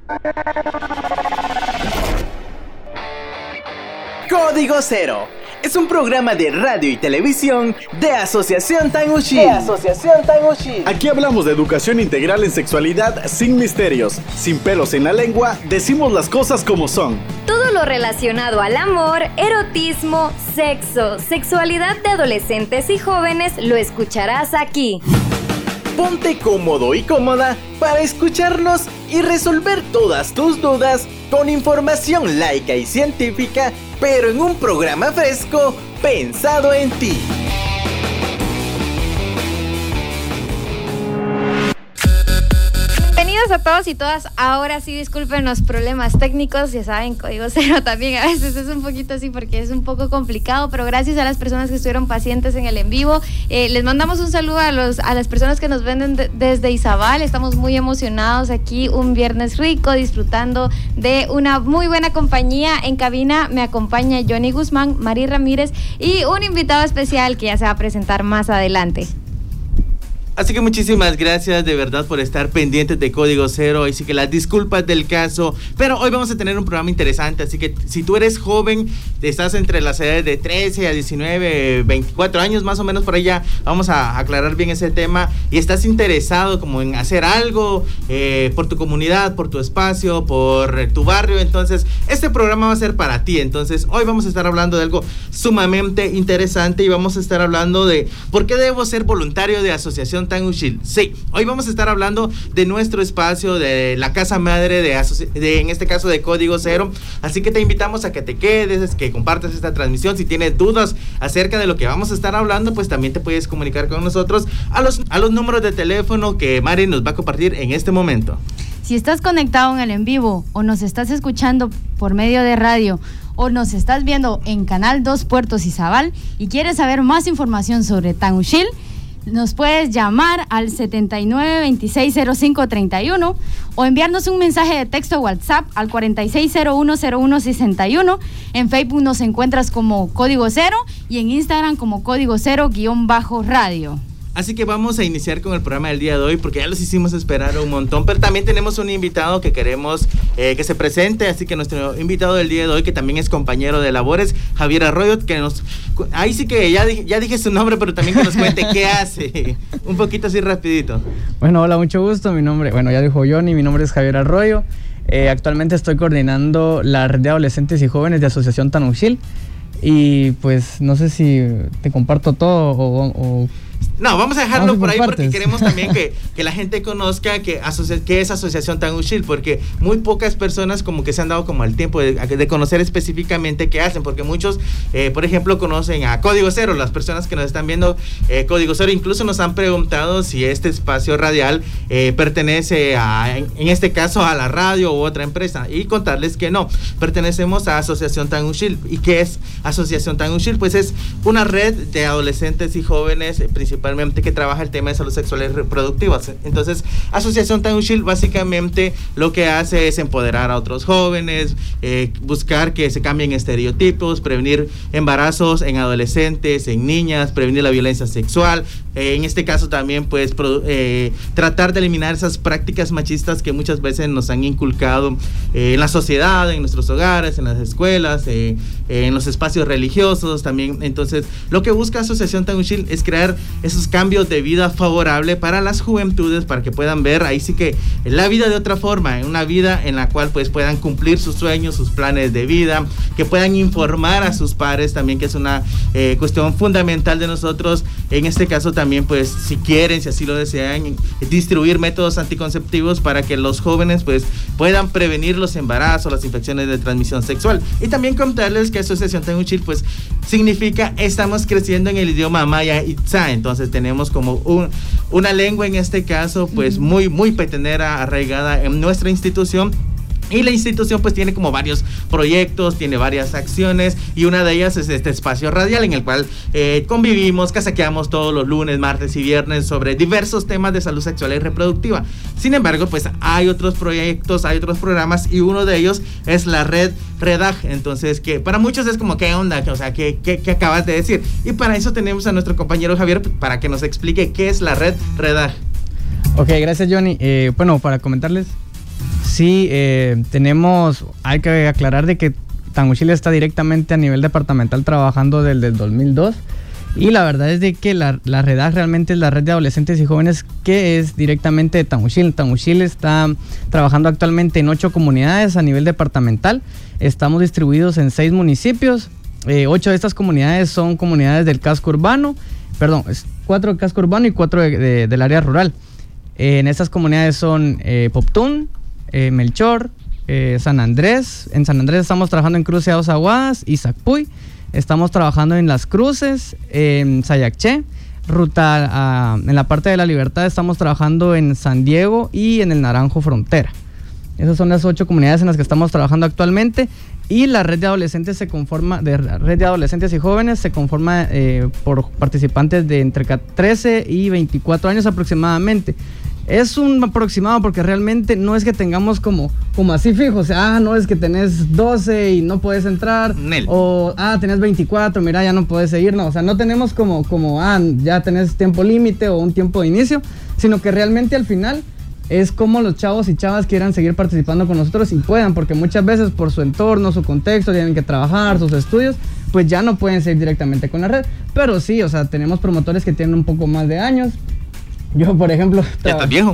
Código Cero es un programa de radio y televisión de Asociación Tan Ushil. Aquí hablamos de educación integral en sexualidad sin misterios, sin pelos en la lengua, decimos las cosas como son. Todo lo relacionado al amor, erotismo, sexo, sexualidad de adolescentes y jóvenes lo escucharás aquí. Ponte cómodo y cómoda para escucharnos y resolver todas tus dudas con información laica y científica, pero en un programa fresco pensado en ti. Bienvenidos a todos y todas. Ahora sí, disculpen los problemas técnicos. Ya saben, Código Cero también a veces es un poquito así porque es un poco complicado, pero gracias a las personas que estuvieron pacientes en el en vivo. Les mandamos un saludo a las personas que nos ven desde Izabal. Estamos muy emocionados aquí un viernes rico, disfrutando de una muy buena compañía. En cabina me acompaña Johnny Guzmán, Mari Ramírez y un invitado especial que ya se va a presentar más adelante. Así que muchísimas gracias de verdad por estar pendientes de Código Cero. Así que las disculpas del caso, pero hoy vamos a tener un programa interesante. Así que si tú eres joven, estás entre las edades de 13 a 19, 24 años más o menos por allá, vamos a aclarar bien ese tema, y estás interesado como en hacer algo por tu comunidad, por tu espacio, por tu barrio, entonces este programa va a ser para ti. Entonces hoy vamos a estar hablando de algo sumamente interesante y vamos a estar hablando de por qué debo ser voluntario de Asociación Tan Ushil. Sí, hoy vamos a estar hablando de nuestro espacio, de la casa madre de en este caso de Código Cero. Así que te invitamos a que te quedes, que compartas esta transmisión. Si tienes dudas acerca de lo que vamos a estar hablando, pues también te puedes comunicar con nosotros a los números de teléfono que Mari nos va a compartir en este momento. Si estás conectado en el en vivo o nos estás escuchando por medio de radio o nos estás viendo en Canal 2 Puertos Izabal y quieres saber más información sobre Tan Ushil, nos puedes llamar al 79260531 o enviarnos un mensaje de texto o WhatsApp al 46010161. En Facebook nos encuentras como Código Cero y en Instagram como Código Cero_radio. Así que vamos a iniciar con el programa del día de hoy porque ya los hicimos esperar un montón, pero también tenemos un invitado que queremos que se presente. Así que nuestro invitado del día de hoy, que también es compañero de labores, Javier Arroyo, que ahí sí que ya dije su nombre, pero también que nos cuente qué hace, un poquito así rapidito. Bueno, hola, mucho gusto, ya dijo Johnny, mi nombre es Javier Arroyo. Actualmente estoy coordinando la red de adolescentes y jóvenes de Asociación Tan Ushil, y pues no sé si te comparto todo o no, vamos a dejarlo por ahí porque queremos también que la gente conozca qué es Asociación Tan Ushil, porque muy pocas personas como que se han dado como el tiempo de conocer específicamente qué hacen, porque muchos, por ejemplo, conocen a Código Cero. Las personas que nos están viendo Código Cero incluso nos han preguntado si este espacio radial pertenece en este caso a la radio u otra empresa, y contarles que no, pertenecemos a Asociación Tan Ushil. ¿Y qué es Asociación Tan Ushil? Pues es una red de adolescentes y jóvenes, principalmente, que trabaja el tema de salud sexual y reproductiva. Entonces, Asociación Tan Ushil básicamente lo que hace es empoderar a otros jóvenes, buscar que se cambien estereotipos, prevenir embarazos en adolescentes, en niñas, prevenir la violencia sexual. En este caso también, pues, tratar de eliminar esas prácticas machistas que muchas veces nos han inculcado en la sociedad, en nuestros hogares, en las escuelas, en los espacios religiosos también. Entonces, lo que busca Asociación Tan Ushil es crear esos cambios de vida favorable para las juventudes, para que puedan ver ahí sí que la vida de otra forma, una vida en la cual pues puedan cumplir sus sueños, sus planes de vida, que puedan informar a sus pares también, que es una cuestión fundamental de nosotros. En este caso también, pues, si quieren, si así lo desean, distribuir métodos anticonceptivos para que los jóvenes pues puedan prevenir los embarazos, las infecciones de transmisión sexual. Y también contarles que Asociación Tan Ushil pues significa estamos creciendo en el idioma maya Itzá. Entonces tenemos como una lengua en este caso pues muy petenera, arraigada en nuestra institución. Y la institución pues tiene como varios proyectos, tiene varias acciones, y una de ellas es este espacio radial en el cual convivimos, casaqueamos todos los lunes, martes y viernes sobre diversos temas de salud sexual y reproductiva. Sin embargo, pues hay otros proyectos, hay otros programas, y uno de ellos es la red Redag. Entonces, que para muchos es como, ¿qué onda? O sea, ¿qué acabas de decir? Y para eso tenemos a nuestro compañero Javier para que nos explique qué es la red Redag. Ok, gracias, Johnny. Bueno, para comentarles, Sí, hay que aclarar de que Tanguxil está directamente a nivel departamental trabajando desde el 2002. Y la verdad es de que la REDAG realmente es la red de adolescentes y jóvenes que es directamente de Tanguxil. Tanguxil está trabajando actualmente en 8 comunidades a nivel departamental. Estamos distribuidos en 6 municipios. 8 de estas comunidades son comunidades del casco urbano. 4 del casco urbano y 4 del área rural. En estas comunidades son Poptún, Melchor, San Andrés. En San Andrés estamos trabajando en Cruce de Dos Aguadas y Sacpuy. Estamos trabajando en Las Cruces, en Sayacché, en la parte de la Libertad estamos trabajando en San Diego y en el Naranjo Frontera. Esas son las 8 comunidades en las que estamos trabajando actualmente. Y la red de adolescentes y jóvenes se conforma por participantes de entre 13 y 24 años aproximadamente. Es un aproximado porque realmente no es que tengamos como así fijo, o sea, no es que tenés 12 y no puedes entrar, o tenés 24, mira, ya no puedes seguir, no, o sea, no tenemos ya tenés tiempo límite o un tiempo de inicio, sino que realmente al final es como los chavos y chavas quieran seguir participando con nosotros y puedan, porque muchas veces por su entorno, su contexto, tienen que trabajar, sus estudios, pues ya no pueden seguir directamente con la red, pero sí, o sea, tenemos promotores que tienen un poco más de años. Yo, por ejemplo... ¿Ya estás viejo?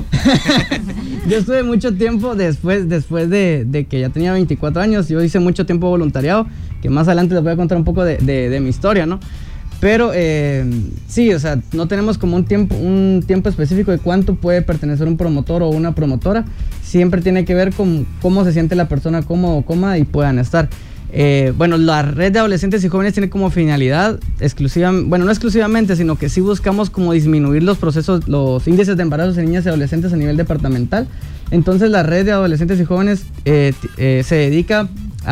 Yo estuve mucho tiempo después de que ya tenía 24 años. Yo hice mucho tiempo voluntariado, que más adelante les voy a contar un poco de mi historia, ¿no? Pero sí, o sea, no tenemos como un tiempo específico de cuánto puede pertenecer un promotor o una promotora. Siempre tiene que ver con cómo se siente la persona, cómoda y puedan estar. Bueno, la red de adolescentes y jóvenes tiene como finalidad no exclusivamente, sino que sí buscamos como disminuir los índices de embarazos en niñas y adolescentes a nivel departamental. Entonces la red de adolescentes y jóvenes se dedica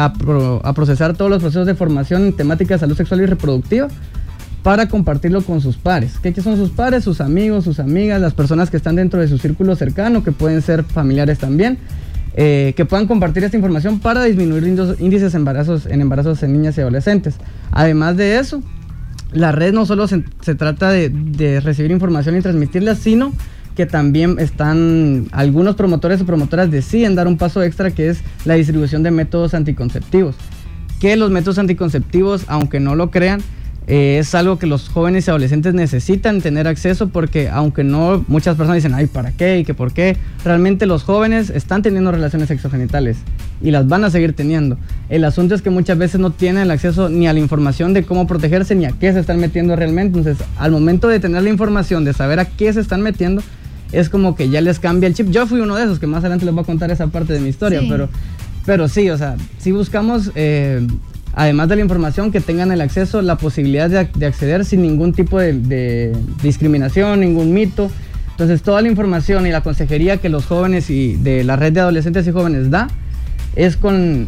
a procesar todos los procesos de formación en temática de salud sexual y reproductiva para compartirlo con sus pares. ¿Qué son sus pares? Sus amigos, sus amigas, las personas que están dentro de su círculo cercano, que pueden ser familiares también. Que puedan compartir esta información para disminuir índices de embarazos en niñas y adolescentes. Además de eso, la red no solo se trata de recibir información y transmitirla, sino que también algunos promotores o promotoras deciden dar un paso extra, que es la distribución de métodos anticonceptivos. Que los métodos anticonceptivos, aunque no lo crean, es algo que los jóvenes y adolescentes necesitan tener acceso, porque aunque no, muchas personas dicen, ay, ¿para qué? ¿Y qué por qué? Realmente los jóvenes están teniendo relaciones sexogenitales y las van a seguir teniendo. El asunto es que muchas veces no tienen el acceso ni a la información de cómo protegerse, ni a qué se están metiendo realmente. Entonces, al momento de tener la información, de saber a qué se están metiendo, es como que ya les cambia el chip. Yo fui uno de esos, que más adelante les voy a contar esa parte de mi historia, sí. Pero sí, o sea, sí buscamos... además de la información, que tengan el acceso, la posibilidad de acceder sin ningún tipo de discriminación, ningún mito. Entonces, toda la información y la consejería que los jóvenes y de la red de adolescentes y jóvenes da es con...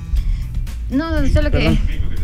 No, solo que...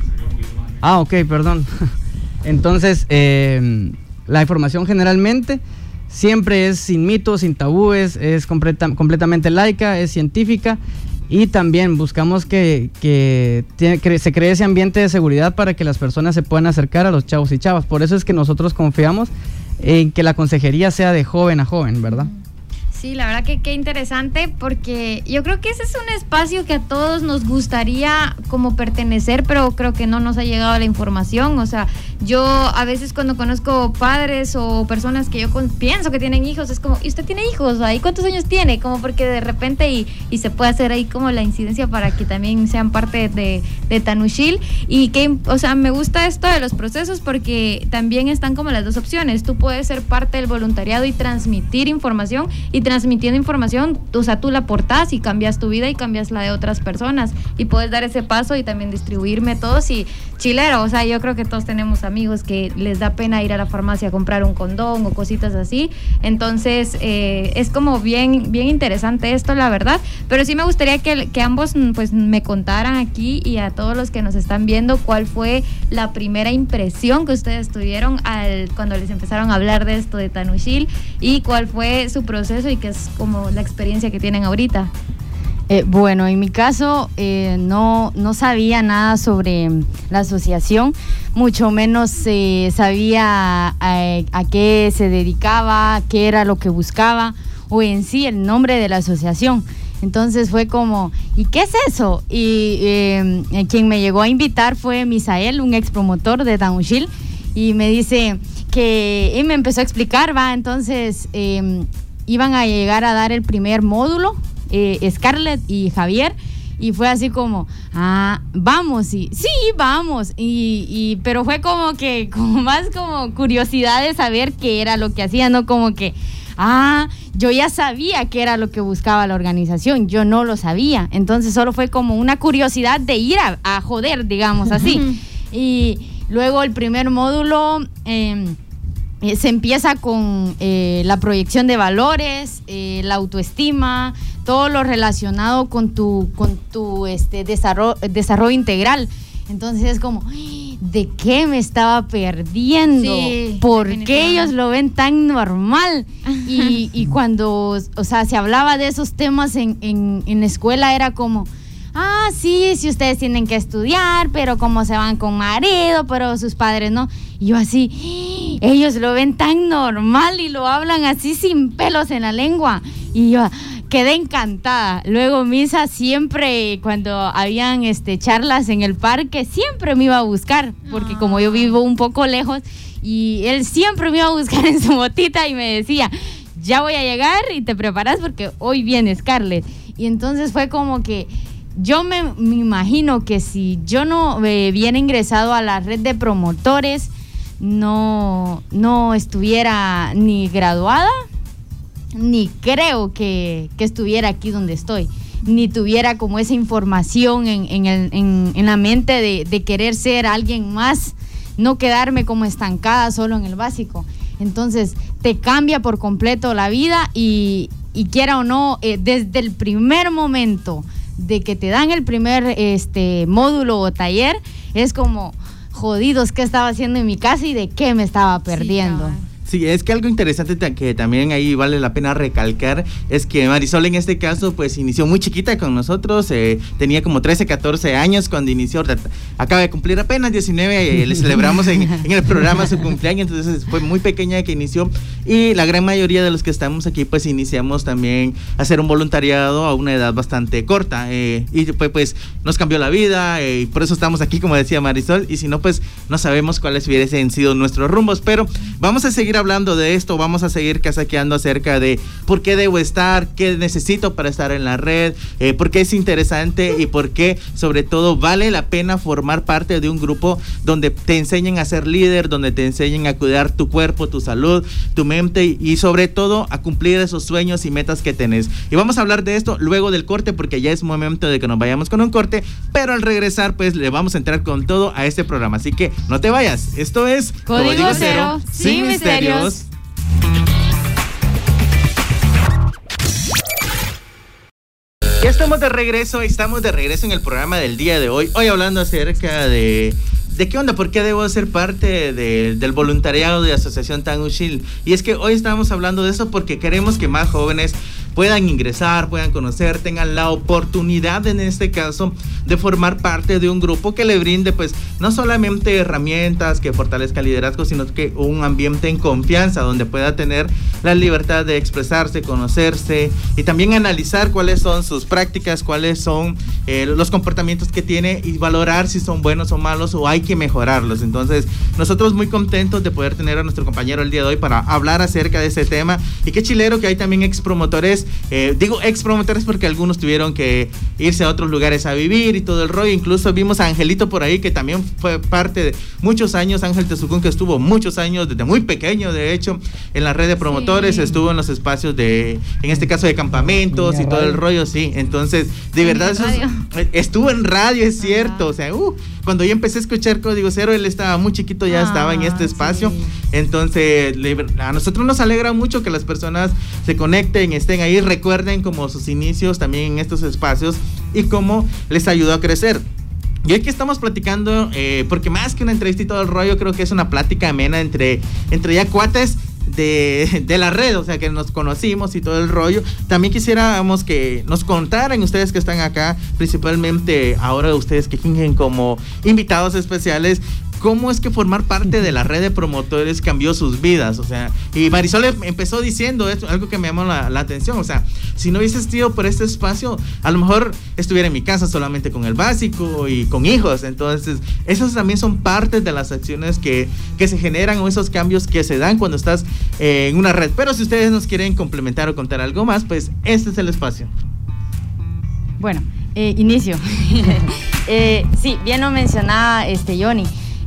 Ok, perdón. Entonces, la información generalmente siempre es sin mitos, sin tabúes, es completamente laica, es científica. Y también buscamos que se cree ese ambiente de seguridad para que las personas se puedan acercar a los chavos y chavas. Por eso es que nosotros confiamos en que la consejería sea de joven a joven, ¿verdad? Sí, la verdad que qué interesante, porque yo creo que ese es un espacio que a todos nos gustaría como pertenecer, pero creo que no nos ha llegado la información. O sea, yo a veces cuando conozco padres o personas que yo pienso que tienen hijos, es como, ¿y usted tiene hijos? ¿Y cuántos años tiene? Como porque de repente y se puede hacer ahí como la incidencia para que también sean parte de Tanguxil. Y que, o sea, me gusta esto de los procesos, porque también están como las dos opciones. Tú puedes ser parte del voluntariado y transmitir información, y transmitiendo información, o sea, tú la aportás y cambias tu vida y cambias la de otras personas, y puedes dar ese paso y también distribuir métodos. Y chilero, o sea, yo creo que todos tenemos amigos que les da pena ir a la farmacia a comprar un condón o cositas así. Entonces es como bien interesante esto, la verdad. Pero sí me gustaría que ambos pues me contaran aquí y a todos los que nos están viendo cuál fue la primera impresión que ustedes tuvieron cuando les empezaron a hablar de esto de Tanguxil, y cuál fue su proceso y qué es como la experiencia que tienen ahorita. Bueno, en mi caso no sabía nada sobre la asociación, mucho menos sabía a qué se dedicaba, qué era lo que buscaba, o en sí el nombre de la asociación. Entonces fue como, ¿y qué es eso? Y quien me llegó a invitar fue Misael, un ex promotor de Tanushil, y me dice que, y me empezó a explicar, entonces iban a llegar a dar el primer módulo, Scarlett y Javier, y fue así como, vamos, y sí, vamos, pero fue como que, como más como curiosidad de saber qué era lo que hacía, no como que, yo ya sabía qué era lo que buscaba la organización, yo no lo sabía, entonces solo fue como una curiosidad de ir a joder, digamos así. Y luego el primer módulo se empieza con la proyección de valores, la autoestima, todo lo relacionado con tu desarrollo integral. Entonces es como, ¿de qué me estaba perdiendo? Sí, ¿Por qué ellos lo ven tan normal? Y cuando, se hablaba de esos temas en la escuela, era como, sí, si ustedes tienen que estudiar, pero como se van con marido, pero sus padres no. Y yo así, ellos lo ven tan normal y lo hablan así sin pelos en la lengua. Y yo quedé encantada. Luego Misa siempre, cuando habían charlas en el parque, siempre me iba a buscar, porque como yo vivo un poco lejos, y él siempre me iba a buscar en su motita y me decía, ya voy a llegar y te preparas porque hoy viene Scarlett. Y entonces fue como que yo me imagino que si yo no hubiera ingresado a la red de promotores, no estuviera ni graduada, ni creo que estuviera aquí donde estoy, ni tuviera como esa información en la mente de querer ser alguien más, no quedarme como estancada solo en el básico. Entonces te cambia por completo la vida y quiera o no, desde el primer momento de que te dan el primer módulo o taller, es como, jodidos, ¿qué estaba haciendo en mi casa y de qué me estaba perdiendo? Sí, es que algo interesante que también ahí vale la pena recalcar es que Marisol en este caso pues inició muy chiquita con nosotros, tenía como 13, 14 años cuando inició, acaba de cumplir apenas 19, le celebramos en el programa su cumpleaños, entonces fue muy pequeña que inició, y la gran mayoría de los que estamos aquí pues iniciamos también a hacer un voluntariado a una edad bastante corta, y pues nos cambió la vida, y por eso estamos aquí, como decía Marisol, y si no pues no sabemos cuáles hubiesen sido nuestros rumbos, pero vamos a seguir hablando de esto, vamos a seguir casaqueando acerca de por qué debo estar, qué necesito para estar en la red, por qué es interesante y por qué sobre todo vale la pena formar parte de un grupo donde te enseñen a ser líder, donde te enseñen a cuidar tu cuerpo, tu salud, tu mente y sobre todo a cumplir esos sueños y metas que tenés. Y vamos a hablar de esto luego del corte porque ya es momento de que nos vayamos con un corte, pero al regresar pues le vamos a entrar con todo a este programa, así que no te vayas, esto es Código Cero, sin misterios. Ya estamos de regreso en el programa del día de hoy hablando acerca de qué onda, por qué debo ser parte del voluntariado de Asociación Tanushil. Y es que hoy estamos hablando de eso porque queremos que más jóvenes puedan ingresar, puedan conocer, tengan la oportunidad en este caso de formar parte de un grupo que le brinde pues no solamente herramientas que fortalezca el liderazgo, sino que un ambiente en confianza donde pueda tener la libertad de expresarse, conocerse y también analizar cuáles son sus prácticas, cuáles son los comportamientos que tiene y valorar si son buenos o malos o hay que mejorarlos. Entonces nosotros muy contentos de poder tener a nuestro compañero el día de hoy para hablar acerca de ese tema, y qué chilero que hay también expromotores, digo expromotores porque algunos tuvieron que irse a otros lugares a vivir y todo el rollo. Incluso vimos a Angelito por ahí que también fue parte de muchos años, Ángel Tezucún, que estuvo muchos años desde muy pequeño de hecho en la red de promotores, sí. Estuvo en los espacios en este caso de campamentos y todo el rollo, sí. Entonces de verdad estuvo en radio, es cierto, o sea, cuando yo empecé a escuchar Código Cero, él estaba muy chiquito, ya estaba en este espacio, sí. Entonces a nosotros nos alegra mucho que las personas se conecten, estén ahí, recuerden como sus inicios también en estos espacios y cómo les ayudó a crecer. Y aquí estamos platicando, porque más que una entrevista y todo el rollo, creo que es una plática amena entre ya cuates de la red, o sea que nos conocimos y todo el rollo. También quisiéramos que nos contaran ustedes que están acá, principalmente ahora ustedes que fingen como invitados especiales, cómo es que formar parte de la red de promotores cambió sus vidas. O sea, y Marisol empezó diciendo esto, algo que me llamó la atención. O sea, si no hubiese sido por este espacio, a lo mejor estuviera en mi casa solamente con el básico y con hijos. Entonces, esas también son partes de las acciones que se generan, o esos cambios que se dan cuando estás en una red. Pero si ustedes nos quieren complementar o contar algo más, pues este es el espacio. Bueno, inicio. Sí, bien lo mencionaba Johnny.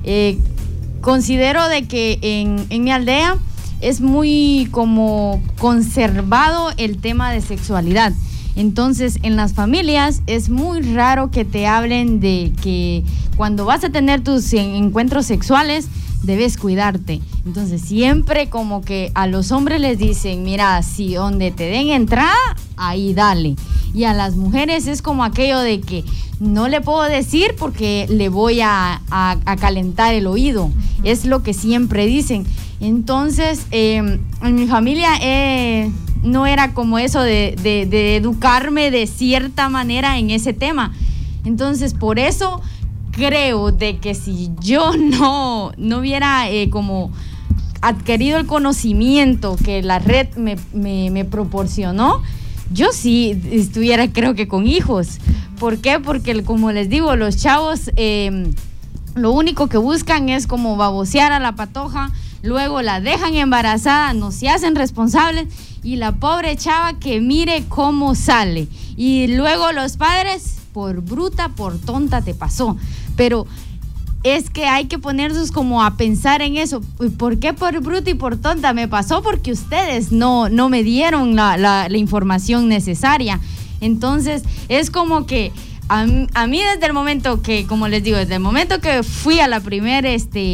Considero de que en mi aldea es muy como conservado el tema de sexualidad. Entonces, en las familias es muy raro que te hablen de que cuando vas a tener tus encuentros sexuales debes cuidarte. Entonces, siempre como que a los hombres les dicen, mira, si donde te den entrada, ahí dale. Y a las mujeres es como aquello de que no le puedo decir porque le voy a calentar el oído. Es lo que siempre dicen. Entonces, en mi familia no era como eso de educarme de cierta manera en ese tema. Entonces, por eso creo de que si yo no hubiera como adquirido el conocimiento que la red me proporcionó, yo sí estuviera, creo que con hijos. ¿Por qué? Porque, como les digo, los chavos lo único que buscan es como babosear a la patoja, luego la dejan embarazada, no se hacen responsables, y la pobre chava que mire cómo sale. Y luego los padres, por bruta, por tonta te pasó. Pero es que hay que ponernos como a pensar en eso. ¿Por qué por bruta y por tonta? Me pasó porque ustedes no me dieron la información necesaria. Entonces es como que a mí desde el momento que, como les digo, desde el momento que fui a la primera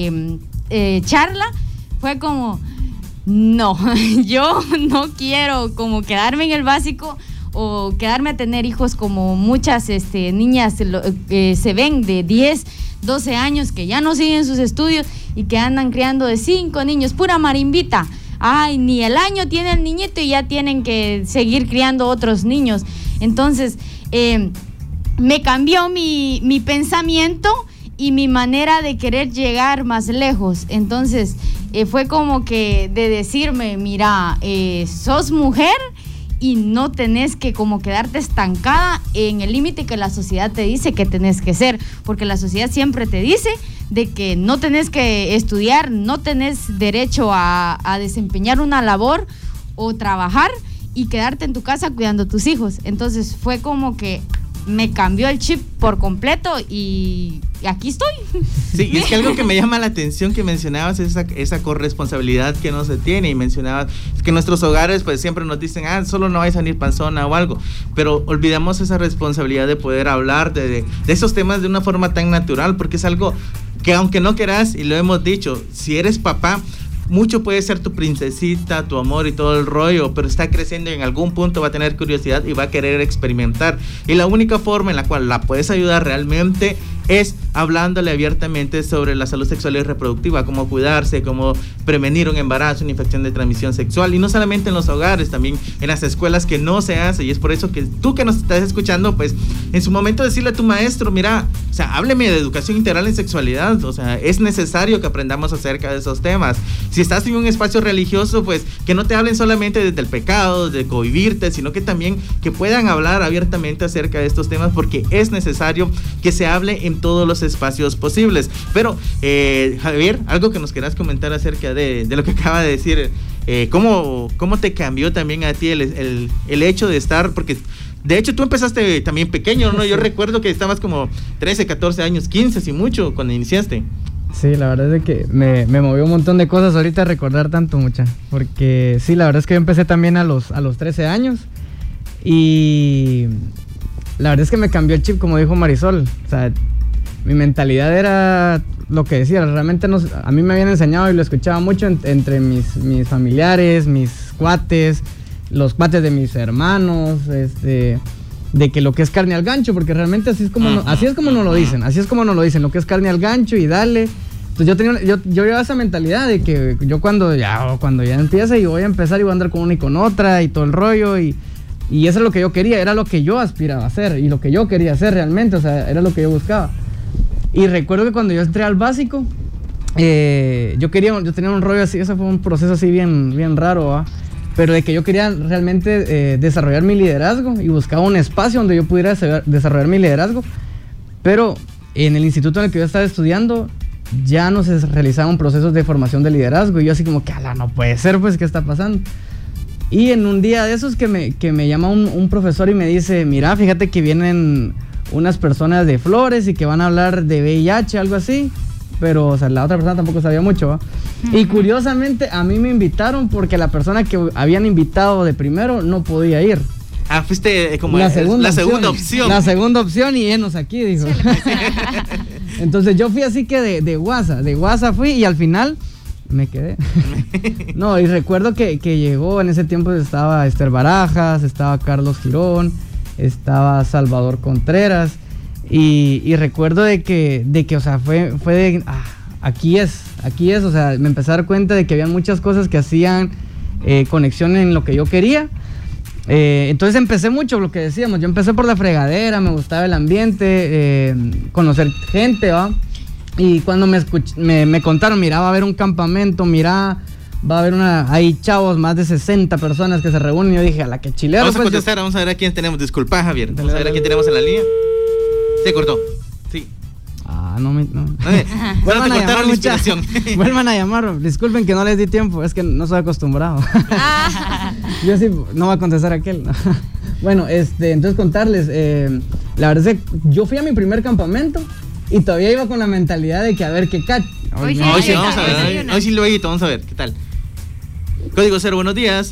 charla, fue como, no, yo no quiero como quedarme en el básico o quedarme a tener hijos como muchas niñas se ven de 10, 12 años que ya no siguen sus estudios y que andan criando de 5 niños, pura marimbita. Ay, ni el año tiene el niñito y ya tienen que seguir criando otros niños. Entonces, me cambió mi pensamiento y mi manera de querer llegar más lejos. Entonces, fue como que de decirme, mira, sos mujer y no tenés que como quedarte estancada en el límite que la sociedad te dice que tenés que ser, porque la sociedad siempre te dice de que no tenés que estudiar, no tenés derecho a desempeñar una labor o trabajar y quedarte en tu casa cuidando a tus hijos. Entonces fue como que me cambió el chip por completo y aquí estoy. Sí, es que algo que me llama la atención que mencionabas es esa corresponsabilidad que no se tiene, y mencionabas que en nuestros hogares pues siempre nos dicen, solo no vais a salir panzona o algo, pero olvidamos esa responsabilidad de poder hablar de esos temas de una forma tan natural, porque es algo que aunque no quieras, y lo hemos dicho, si eres papá, mucho puede ser tu princesita, tu amor y todo el rollo, pero está creciendo y en algún punto va a tener curiosidad y va a querer experimentar. Y la única forma en la cual la puedes ayudar realmente es hablándole abiertamente sobre la salud sexual y reproductiva, cómo cuidarse, cómo prevenir un embarazo, una infección de transmisión sexual, y no solamente en los hogares, también en las escuelas, que no se hace. Y es por eso que tú que nos estás escuchando, pues en su momento decirle a tu maestro, mira, o sea, hábleme de educación integral en sexualidad, o sea, es necesario que aprendamos acerca de esos temas. Si estás en un espacio religioso, pues que no te hablen solamente desde el pecado, de cohibirte, sino que también que puedan hablar abiertamente acerca de estos temas, porque es necesario que se hable en todos los espacios posibles. Pero Javier, algo que nos quieras comentar acerca de lo que acaba de decir, ¿cómo te cambió también a ti el hecho de estar, porque de hecho tú empezaste también pequeño, ¿no? Yo recuerdo que estabas como 13, 14 años, 15 si mucho cuando iniciaste. Sí, la verdad es que me movió un montón de cosas ahorita recordar tanto, mucha, porque sí, la verdad es que yo empecé también a los 13 años y la verdad es que me cambió el chip, como dijo Marisol. O sea, mi mentalidad era lo que decía, realmente a mí me habían enseñado y lo escuchaba mucho entre mis familiares, mis cuates, los cuates de mis hermanos, de que lo que es carne al gancho, porque realmente así es como nos lo dicen, lo que es carne al gancho y dale. Entonces yo llevaba esa mentalidad de que yo cuando ya empiece y voy a empezar y voy a andar con una y con otra y todo el rollo, y eso es lo que yo quería, era lo que yo aspiraba a hacer y lo que yo quería hacer realmente, o sea, era lo que yo buscaba. Y recuerdo que cuando yo entré al básico, yo tenía un rollo así, ese fue un proceso así bien raro, ¿va? Pero de que yo quería realmente desarrollar mi liderazgo y buscaba un espacio donde yo pudiera desarrollar mi liderazgo, pero en el instituto en el que yo estaba estudiando ya no se realizaban procesos de formación de liderazgo y yo así como que, ala, no puede ser, pues, ¿qué está pasando? Y en un día de esos que me llama un profesor y me dice, mira, fíjate que vienen unas personas de Flores y que van a hablar de VIH, algo así. Pero, o sea, la otra persona tampoco sabía mucho, ¿va? Y curiosamente a mí me invitaron porque la persona que habían invitado de primero no podía ir. Ah, fuiste como la segunda opción. La segunda opción y enos aquí, dijo. Entonces yo fui así que de guasa fui y al final me quedé. No, y recuerdo que llegó, en ese tiempo estaba Esther Barajas, estaba Carlos Girón, estaba Salvador Contreras. Y recuerdo de que, o sea, fue de, aquí es, o sea, me empecé a dar cuenta de que había muchas cosas que hacían conexión en lo que yo quería. Entonces empecé mucho lo que decíamos, yo empecé por la fregadera, me gustaba el ambiente, conocer gente, ¿va? Y cuando me contaron, mira, va a haber un campamento, mira, va a haber hay chavos, más de 60 personas que se reúnen, y yo dije, a la que chilero. Vamos a contestar, vamos a ver a quién tenemos, disculpa, Javier, vamos a ver a quién tenemos en la línea. Se cortó. Sí. No. Vuelvan a llamar, inspiración. Vuelvan a llamar. Disculpen que no les di tiempo, es que no soy acostumbrado. Yo sí, no voy a contestar aquel. Bueno, entonces contarles, la verdad es que yo fui a mi primer campamento y todavía iba con la mentalidad de que a ver qué Hoy sí, vamos a ver. Hoy sí luego vamos a ver qué tal. Código 0, buenos días.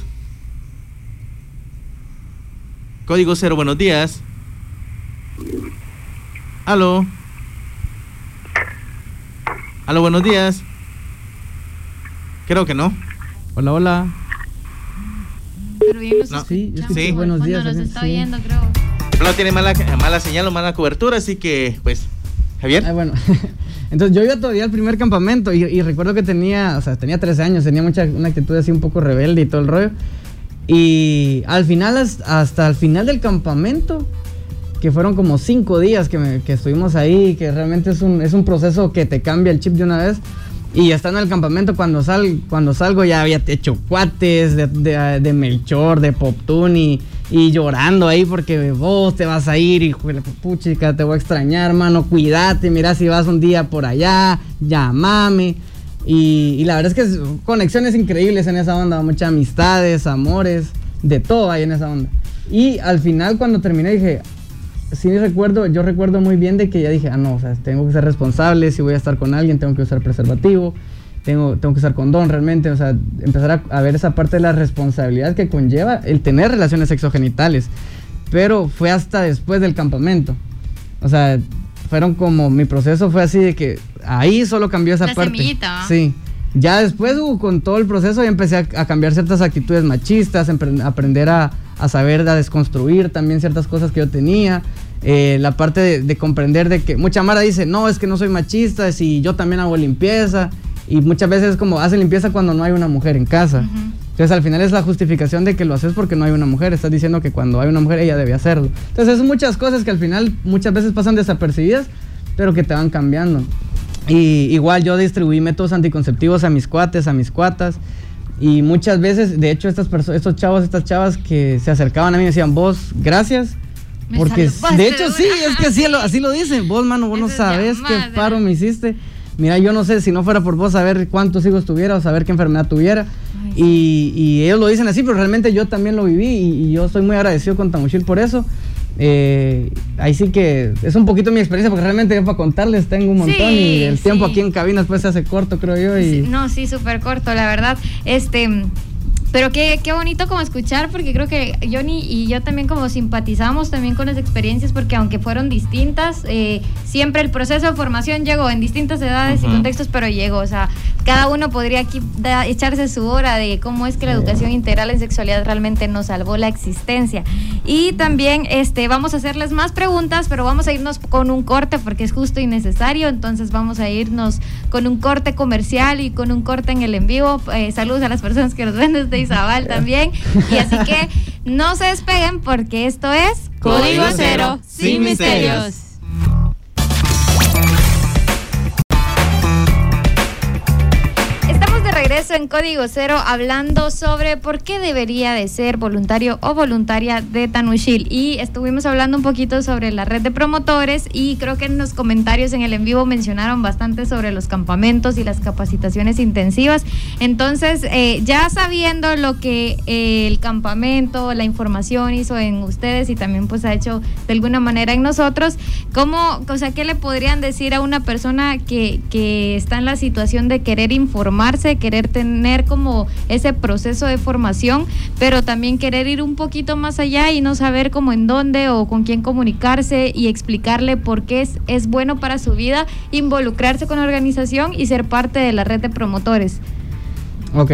Código 0, buenos días. Aló, buenos días. Creo que no. Hola. Pero bien no. Sí, buenos días. Nos está viendo, creo. No tiene mala señal o mala cobertura, así que, pues, Javier. Bueno, entonces yo iba todavía al primer campamento y recuerdo que tenía 13 años, tenía una actitud así un poco rebelde y todo el rollo. Y al final, hasta el final del campamento, que fueron como 5 días que estuvimos ahí, que realmente es un proceso que te cambia el chip de una vez. Y estando en el campamento, cuando salgo ya había hecho cuates de Melchor, de Poptún y llorando ahí porque vos te vas a ir y puchica, te voy a extrañar, mano, cuídate, mira si vas un día por allá, llámame. Y la verdad es que conexiones increíbles en esa onda, muchas amistades, amores, de todo hay en esa onda. Y al final cuando terminé dije, yo recuerdo muy bien de que ya dije, no, o sea, tengo que ser responsable, si voy a estar con alguien tengo que usar preservativo, tengo que usar condón realmente, o sea, empezar a ver esa parte de la responsabilidad que conlleva el tener relaciones sexogenitales, pero fue hasta después del campamento, o sea, mi proceso fue así de que ahí solo cambió esa parte. Semillita, ¿no? Sí. Ya después, con todo el proceso, ya empecé a cambiar ciertas actitudes machistas, aprender a saber, a desconstruir también ciertas cosas que yo tenía. La parte de comprender de que mucha mara dice, no, es que no soy machista, si yo también hago limpieza. Y muchas veces es como, hace limpieza cuando no hay una mujer en casa. Uh-huh. Entonces al final es la justificación de que lo haces porque no hay una mujer. Estás diciendo que cuando hay una mujer ella debe hacerlo. Entonces son muchas cosas que al final muchas veces pasan desapercibidas, pero que te van cambiando. Y igual yo distribuí métodos anticonceptivos a mis cuates, a mis cuatas. Y muchas veces, de hecho, estos chavos, estas chavas que se acercaban a mí me decían, vos, gracias. Porque de hecho sí, es que así lo dicen. Vos, mano, vos no sabés qué paro me hiciste. Mira, yo no sé, si no fuera por vos, saber cuántos hijos tuviera o saber qué enfermedad tuviera. Y ellos lo dicen así, pero realmente yo también lo viví y yo estoy muy agradecido con Tamushil por eso. Ahí sí que es un poquito mi experiencia, porque realmente yo para contarles tengo un montón y el tiempo aquí en cabina después se hace corto, creo yo. Sí, súper corto, la verdad. Pero qué bonito como escuchar, porque creo que Johnny y yo también como simpatizamos también con las experiencias, porque aunque fueron distintas, siempre el proceso de formación llegó en distintas edades y contextos, pero llegó, o sea, cada uno podría aquí echarse su hora de cómo es que la educación integral en sexualidad realmente nos salvó la existencia. Y también vamos a hacerles más preguntas, pero vamos a irnos con un corte porque es justo y necesario, entonces vamos a irnos con un corte comercial y con un corte en el en vivo. Saludos a las personas que nos ven desde Izabal también, y así que no se despeguen porque esto es Código Cero, sin misterios. regreso en Código Cero hablando sobre por qué debería de ser voluntario o voluntaria de Tanushil. Y estuvimos hablando un poquito sobre la red de promotores y creo que en los comentarios en el en vivo mencionaron bastante sobre los campamentos y las capacitaciones intensivas. Entonces, ya sabiendo lo que el campamento, la información hizo en ustedes y también pues ha hecho de alguna manera en nosotros, ¿qué le podrían decir a una persona que está en la situación de querer informarse, querer tener como ese proceso de formación, pero también querer ir un poquito más allá y no saber cómo en dónde o con quién comunicarse y explicarle por qué es bueno para su vida involucrarse con la organización y ser parte de la red de promotores? Ok.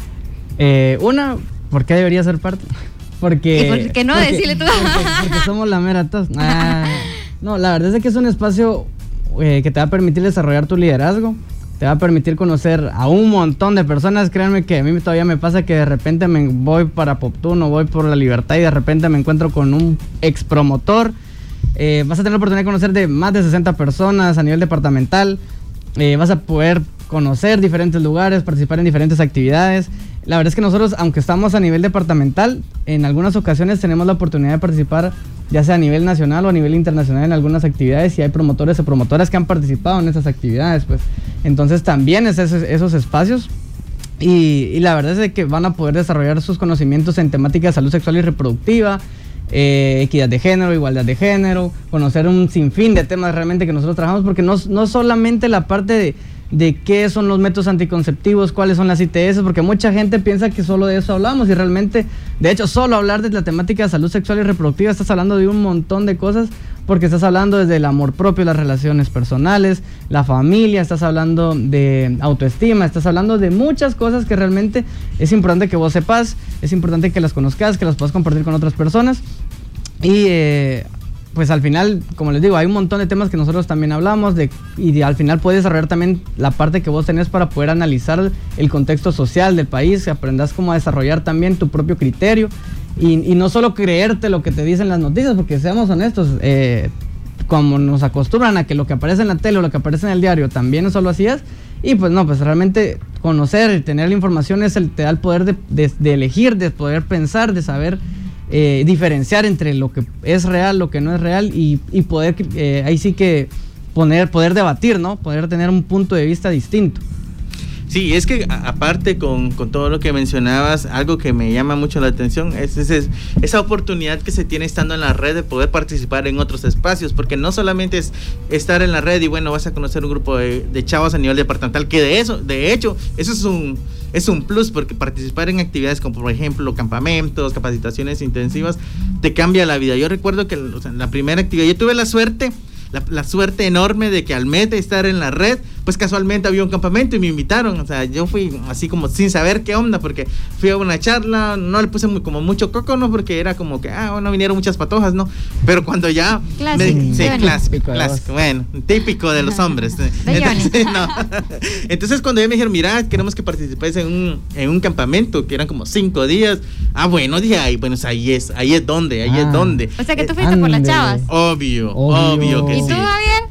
¿Por qué debería ser parte? Porque... ¿Y por qué no? Decirle tú. Porque somos la mera tos. No, la verdad es que es un espacio que te va a permitir desarrollar tu liderazgo, te va a permitir conocer a un montón de personas. Créanme que a mí todavía me pasa que de repente me voy para Poptún o voy por La Libertad y de repente me encuentro con un ex promotor. Vas a tener la oportunidad de conocer de más de 60 personas a nivel departamental. Vas a poder conocer diferentes lugares, participar en diferentes actividades. La verdad es que nosotros, aunque estamos a nivel departamental, en algunas ocasiones tenemos la oportunidad de participar ya sea a nivel nacional o a nivel internacional en algunas actividades, y hay promotores o promotoras que han participado en esas actividades, pues. Entonces también es esos espacios, y la verdad es de que van a poder desarrollar sus conocimientos en temática de salud sexual y reproductiva, equidad de género, igualdad de género, conocer un sinfín de temas realmente que nosotros trabajamos, porque no solamente la parte de qué son los métodos anticonceptivos, cuáles son las ITS, porque mucha gente piensa que solo de eso hablamos, y realmente, de hecho, solo hablar de la temática de salud sexual y reproductiva estás hablando de un montón de cosas, porque estás hablando desde el amor propio, las relaciones personales, la familia, estás hablando de autoestima, estás hablando de muchas cosas que realmente es importante que vos sepas, es importante que las conozcas, que las puedas compartir con otras personas, y pues al final, como les digo, hay un montón de temas que nosotros también hablamos y al final puedes desarrollar también la parte que vos tenés para poder analizar el contexto social del país, que aprendas cómo a desarrollar también tu propio criterio y no solo creerte lo que te dicen las noticias, porque seamos honestos, como nos acostumbran a que lo que aparece en la tele o lo que aparece en el diario también solo así es, y pues no, pues realmente conocer y tener la información te da el poder de elegir, de poder pensar, de saber diferenciar entre lo que es real, lo que no es real, y poder ahí sí que poder debatir, ¿no? Poder tener un punto de vista distinto. Sí, es que aparte con todo lo que mencionabas, algo que me llama mucho la atención es esa oportunidad que se tiene estando en la red de poder participar en otros espacios, porque no solamente es estar en la red y bueno, vas a conocer un grupo de chavos a nivel departamental, que de hecho, eso es un plus, porque participar en actividades como por ejemplo campamentos, capacitaciones intensivas, te cambia la vida. Yo recuerdo que en la primera actividad yo tuve la suerte enorme de que al mes de estar en la red, pues casualmente había un campamento y me invitaron. O sea, yo fui así como sin saber qué onda, porque fui a una charla, no le puse como mucho coco, ¿no? Porque era como que, bueno, vinieron muchas patojas, ¿no? Pero cuando ya... Clásico, bueno, típico de los hombres. Entonces cuando ya me dijeron, mira, queremos que participes en un campamento, que eran como 5 días. Bueno, dije, ahí es donde. O sea que tú fuiste por las chavas. Obvio que sí. ¿Y tú, Javier?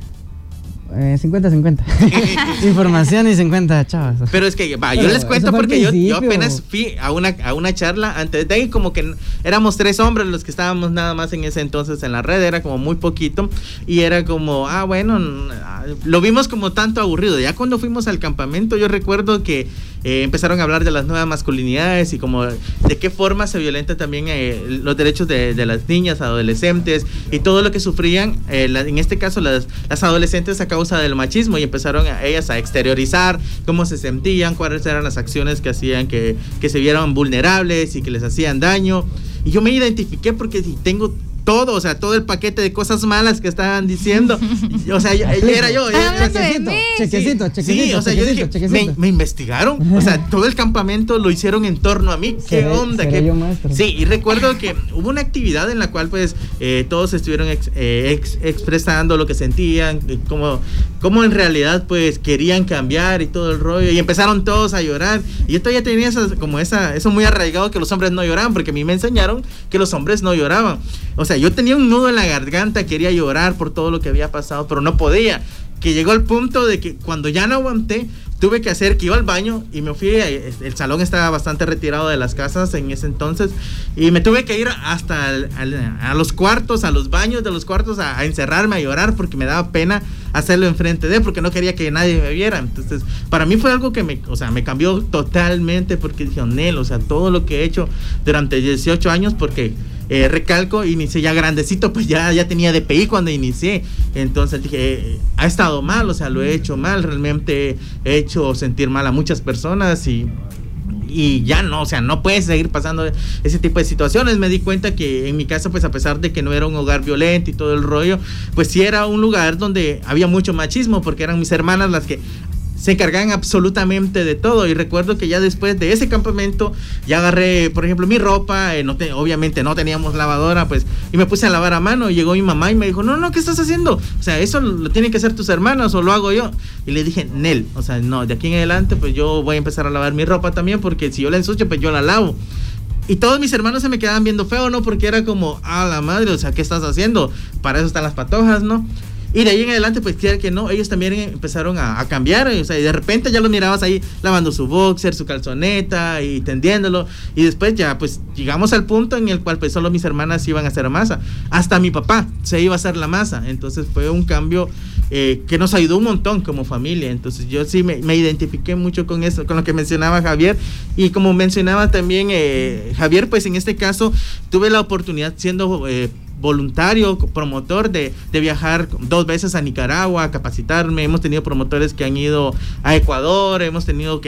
50-50. Información y 50 chavas. Pero es que, yo les cuento porque yo apenas fui a una charla. Antes de ahí, como que éramos 3 hombres los que estábamos nada más en ese entonces en la red. Era como muy poquito. Y era como, bueno, lo vimos como tanto aburrido. Ya cuando fuimos al campamento, yo recuerdo que empezaron a hablar de las nuevas masculinidades y como de qué forma se violenta también los derechos de las niñas, adolescentes y todo lo que sufrían, en este caso las adolescentes a causa del machismo, y empezaron ellas a exteriorizar cómo se sentían, cuáles eran las acciones que hacían que se vieran vulnerables y que les hacían daño. Y yo me identifiqué porque tengo todo, o sea, todo el paquete de cosas malas que estaban diciendo. O sea, era yo. Chequecito. Sí, o sea, yo dije, me investigaron. O sea, todo el campamento lo hicieron en torno a mí. ¿Qué onda? Sí, y recuerdo que hubo una actividad en la cual, pues, todos estuvieron expresando lo que sentían, cómo en realidad, pues, querían cambiar y todo el rollo. Y empezaron todos a llorar. Y yo todavía tenía eso muy arraigado, que los hombres no lloraban, porque a mí me enseñaron que los hombres no lloraban. O sea, yo tenía un nudo en la garganta, quería llorar por todo lo que había pasado, pero no podía. Que llegó al punto de que cuando ya no aguanté, tuve que hacer que iba al baño y me fui, el salón estaba bastante retirado de las casas en ese entonces, y me tuve que ir hasta a los cuartos, a los baños de los cuartos, a encerrarme, a llorar, porque me daba pena hacerlo enfrente de él, porque no quería que nadie me viera. Entonces, para mí fue algo que me cambió totalmente, porque dije, Nel, o sea, todo lo que he hecho durante 18 años, porque recalco, inicié ya grandecito, pues ya tenía DPI cuando inicié. Entonces dije, ha estado mal, o sea, lo he hecho mal, realmente he hecho sentir mal a muchas personas y ya no, o sea, no puedes seguir pasando ese tipo de situaciones. Me di cuenta que en mi casa, pues a pesar de que no era un hogar violento y todo el rollo, pues sí era un lugar donde había mucho machismo, porque eran mis hermanas las que se encargaban absolutamente de todo. Y recuerdo que ya después de ese campamento ya agarré, por ejemplo, mi ropa, obviamente no teníamos lavadora, pues, y me puse a lavar a mano. Y llegó mi mamá y me dijo, no, ¿qué estás haciendo? O sea, eso lo tienen que hacer tus hermanos o lo hago yo. Y le dije, Nel, o sea, no, de aquí en adelante pues yo voy a empezar a lavar mi ropa también, porque si yo la ensucio, pues yo la lavo. Y todos mis hermanos se me quedaban viendo feo, ¿no? Porque era como, la madre, o sea, ¿qué estás haciendo? Para eso están las patojas, ¿no? Y de ahí en adelante, pues quiera que no, ellos también empezaron a cambiar, o sea, y de repente ya los mirabas ahí lavando su boxer, su calzoneta y tendiéndolo, y después ya pues llegamos al punto en el cual pues solo mis hermanas iban a hacer masa, hasta mi papá se iba a hacer la masa. Entonces fue un cambio que nos ayudó un montón como familia. Entonces yo sí me identifiqué mucho con eso, con lo que mencionaba Javier, y como mencionaba también Javier, pues en este caso tuve la oportunidad siendo voluntario, promotor de viajar 2 veces a Nicaragua a capacitarme. Hemos tenido promotores que han ido a Ecuador, hemos tenido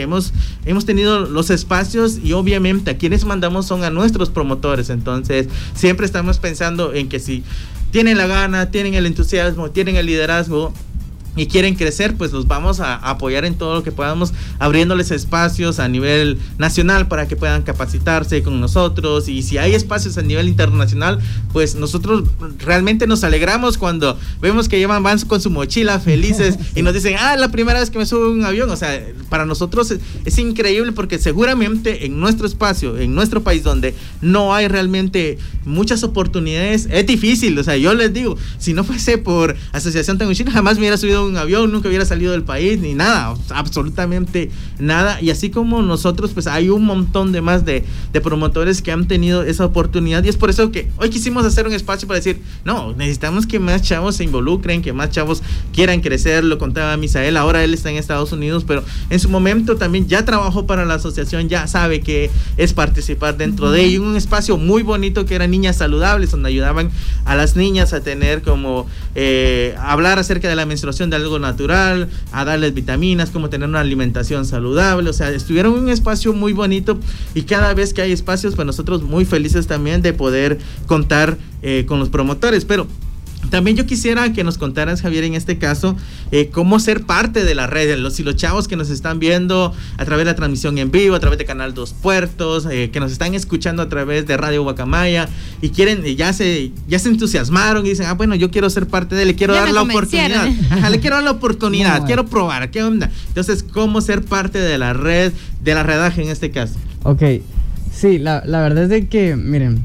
los espacios, y obviamente a quienes mandamos son a nuestros promotores. Entonces siempre estamos pensando en que si tienen la gana, tienen el entusiasmo, tienen el liderazgo y quieren crecer, pues los vamos a apoyar en todo lo que podamos, abriéndoles espacios a nivel nacional para que puedan capacitarse con nosotros. Y si hay espacios a nivel internacional, pues nosotros realmente nos alegramos cuando vemos que van con su mochila felices y nos dicen, la primera vez que me subo a un avión. O sea, para nosotros es increíble, porque seguramente en nuestro espacio, en nuestro país, donde no hay realmente muchas oportunidades, es difícil. O sea, yo les digo, si no fuese por Asociación Tan Ushil, jamás me hubiera subido un avión, nunca hubiera salido del país, ni nada, absolutamente nada. Y así como nosotros, pues hay un montón de más de promotores que han tenido esa oportunidad, y es por eso que hoy quisimos hacer un espacio para decir, no, necesitamos que más chavos se involucren, que más chavos quieran crecer. Lo contaba Misael, ahora él está en Estados Unidos, pero en su momento también ya trabajó para la asociación, ya sabe que es participar dentro de un espacio muy bonito que era Niñas Saludables, donde ayudaban a las niñas a tener como hablar acerca de la menstruación de algo natural, a darles vitaminas, cómo tener una alimentación saludable. O sea, estuvieron en un espacio muy bonito, y cada vez que hay espacios, pues nosotros muy felices también de poder contar con los promotores. Pero también yo quisiera que nos contaras, Javier, en este caso, cómo ser parte de la red. Si los chavos que nos están viendo a través de la transmisión en vivo, a través de Canal 2 Puertos, que nos están escuchando a través de Radio Guacamaya, y quieren, ya se entusiasmaron y dicen, bueno, yo quiero ser parte de él, le quiero dar la oportunidad. Le quiero dar la oportunidad, quiero probar, ¿qué onda? Entonces, ¿cómo ser parte de la red, de la redaje en este caso? Ok, sí, la verdad es de que, miren,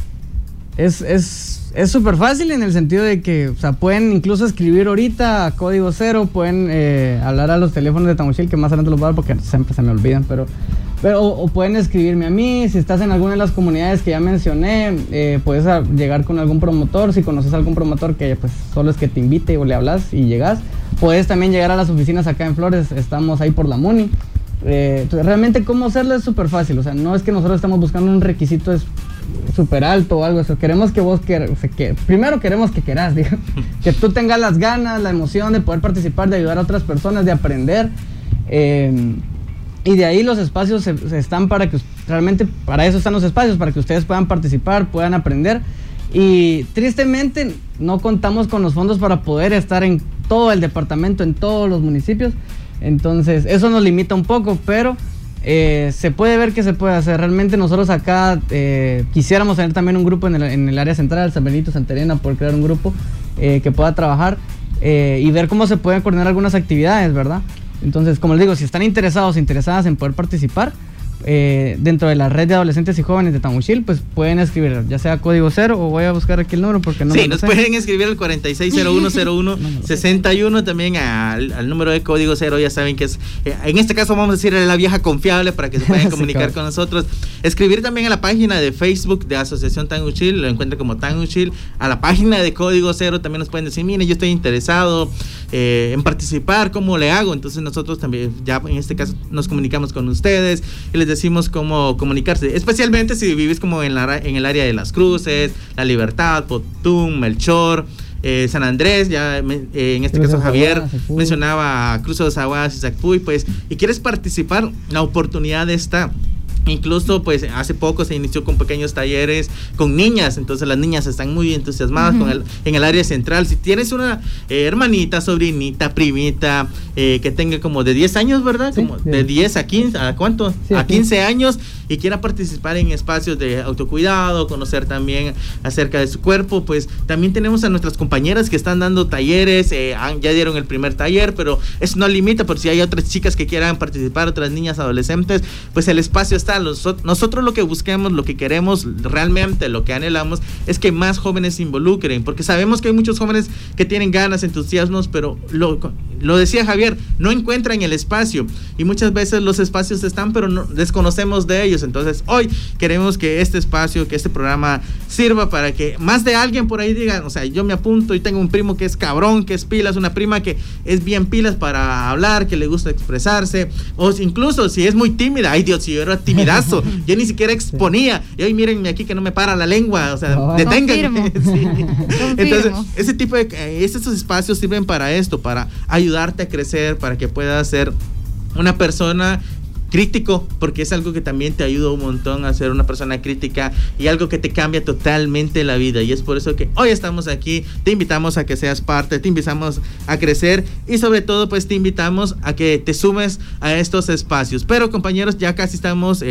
es súper fácil en el sentido de que, o sea, pueden incluso escribir ahorita a código 0, pueden hablar a los teléfonos de Tan Ushil, que más adelante los voy a dar porque siempre se me olvidan, pero o pueden escribirme a mí. Si estás en alguna de las comunidades que ya mencioné, puedes llegar con algún promotor. Si conoces a algún promotor que pues solo es que te invite o le hablas y llegas, puedes también llegar a las oficinas acá en Flores, estamos ahí por la MUNI. Realmente cómo hacerlo es súper fácil, o sea, no es que nosotros estamos buscando un requisito súper alto o algo. Eso queremos que vos primero queremos que querás, digo, que tú tengas las ganas, la emoción de poder participar, de ayudar a otras personas, de aprender, y de ahí los espacios están para que realmente, para eso están los espacios, para que ustedes puedan participar, puedan aprender. Y tristemente no contamos con los fondos para poder estar en todo el departamento, en todos los municipios. Entonces eso nos limita un poco, pero se puede ver que se puede hacer. Realmente nosotros acá quisiéramos tener también un grupo en el área central, San Benito, Santa Elena, poder crear un grupo que pueda trabajar y ver cómo se pueden coordinar algunas actividades, ¿verdad? Entonces, como les digo, si están interesadas en poder participar, dentro de la red de adolescentes y jóvenes de Tamuchil, pues pueden escribir ya sea código 0 o voy a buscar aquí el número porque no me lo sé. Pueden escribir al 46010161 también al número de código 0, ya saben que es, en este caso vamos a decir la vieja confiable para que se puedan comunicar con nosotros. Escribir también a la página de Facebook de Asociación Tanuchil, lo encuentran como Tanuchil, a la página de código 0 también nos pueden decir, mire, yo estoy interesado en participar, ¿cómo le hago? Entonces nosotros también ya en este caso nos comunicamos con ustedes y les decimos cómo comunicarse, especialmente si vivís como en el área de Las Cruces, La Libertad, Potún, Melchor, San Andrés, ya en este Cruces caso Javier Aguadas, mencionaba Cruces de los Aguadas y Zacpuy, pues, y quieres participar, la oportunidad está. Incluso pues hace poco se inició con pequeños talleres con niñas, entonces las niñas están muy entusiasmadas en el área central. Si tienes una hermanita, sobrinita, primita que tenga como de 10 años, ¿verdad? Sí, como de 10 a 15, ¿a cuánto? Sí, a 15 años y quiera participar en espacios de autocuidado, conocer también acerca de su cuerpo, pues también tenemos a nuestras compañeras que están dando talleres, ya dieron el primer taller, pero eso no limita, por si hay otras chicas que quieran participar, otras niñas, adolescentes, pues el espacio está. Nosotros lo que busquemos, lo que queremos, realmente lo que anhelamos es que más jóvenes se involucren, porque sabemos que hay muchos jóvenes que tienen ganas, entusiasmos, pero lo decía Javier, no encuentran el espacio y muchas veces los espacios están, pero no, desconocemos de ellos. Entonces hoy queremos que este espacio, que este programa sirva para que más de alguien por ahí diga, o sea, yo me apunto y tengo un primo que es cabrón, que es pilas, una prima que es bien pilas para hablar, que le gusta expresarse, o incluso si es muy tímida, ay Dios, si yo era timidazo, yo ni siquiera exponía, y hoy mírenme aquí que no me para la lengua, o sea, deténganme. Sí. Entonces, ese tipo de estos espacios sirven para esto, para ayudarte a crecer, para que puedas ser una persona crítico, porque es algo que también te ayuda un montón a ser una persona crítica y algo que te cambia totalmente la vida, y es por eso que hoy estamos aquí. Te invitamos a que seas parte, te invitamos a crecer y sobre todo pues te invitamos a que te sumes a estos espacios. Pero compañeros, ya casi estamos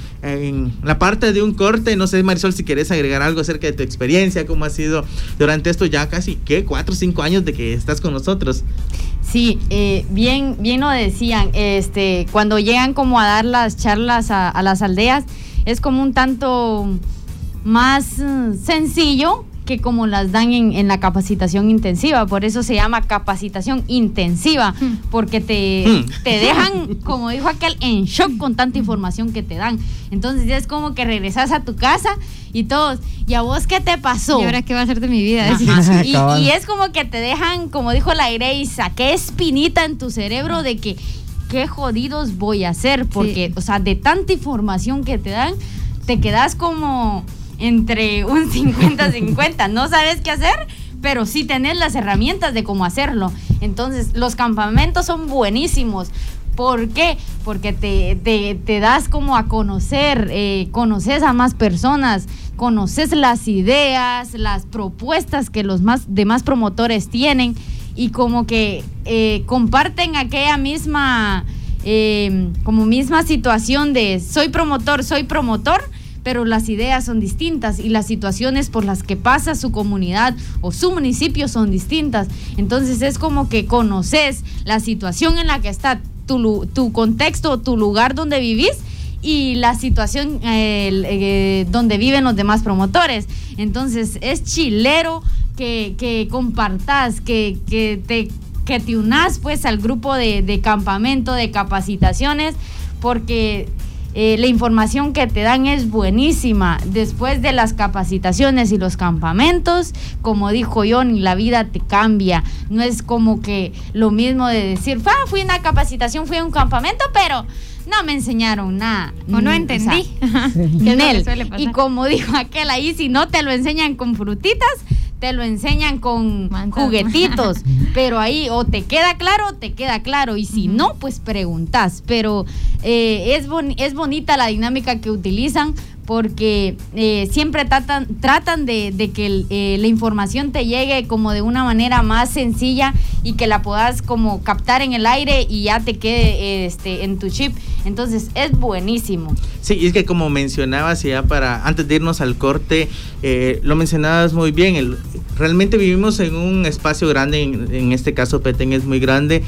en la parte de un corte. No sé, Marisol, si quieres agregar algo acerca de tu experiencia, cómo ha sido durante esto ya casi, ¿qué? 4 o 5 años de que estás con nosotros. Sí, bien lo decían, cuando llegan como a dar las charlas a las aldeas, es como un tanto más sencillo que como las dan en la capacitación intensiva. Por eso se llama capacitación intensiva, porque te dejan, como dijo aquel, en shock con tanta información que te dan. Entonces es como que regresas a tu casa y todos, ¿y a vos qué te pasó? ¿Y ahora qué va a hacer de mi vida? Y es como que te dejan, como dijo la Grace, qué espinita en tu cerebro de que qué jodidos voy a hacer, porque, o sea, de tanta información que te dan, te quedas como entre un 50-50, no sabes qué hacer, pero sí tenés las herramientas de cómo hacerlo. Entonces, los campamentos son buenísimos. ¿Por qué? Porque te das como a conocer, conoces a más personas, conoces las ideas, las propuestas que los demás promotores tienen, y como que comparten aquella misma situación de soy promotor, pero las ideas son distintas y las situaciones por las que pasa su comunidad o su municipio son distintas. Entonces es como que conoces la situación en la que está tu contexto, tu lugar donde vivís y la situación donde viven los demás promotores. Entonces es chilero que compartas, que te unas pues al grupo de campamento, de capacitaciones, porque la información que te dan es buenísima. Después de las capacitaciones y los campamentos, como dijo Johnny, la vida te cambia. No es como que lo mismo de decir, fui a una capacitación, fui a un campamento, pero no me enseñaron nada. O no entendí. O sea, y como dijo aquel ahí, si no te lo enseñan con frutitas, te lo enseñan con juguetitos, pero ahí o te queda claro, y si no, pues preguntas. Pero es bonita la dinámica que utilizan, porque siempre tratan de que la información te llegue como de una manera más sencilla y que la puedas como captar en el aire y ya te quede en tu chip. Entonces es buenísimo. Sí, es que como mencionabas, ya antes de irnos al corte, lo mencionabas muy bien, realmente vivimos en un espacio grande, en este caso Petén es muy grande,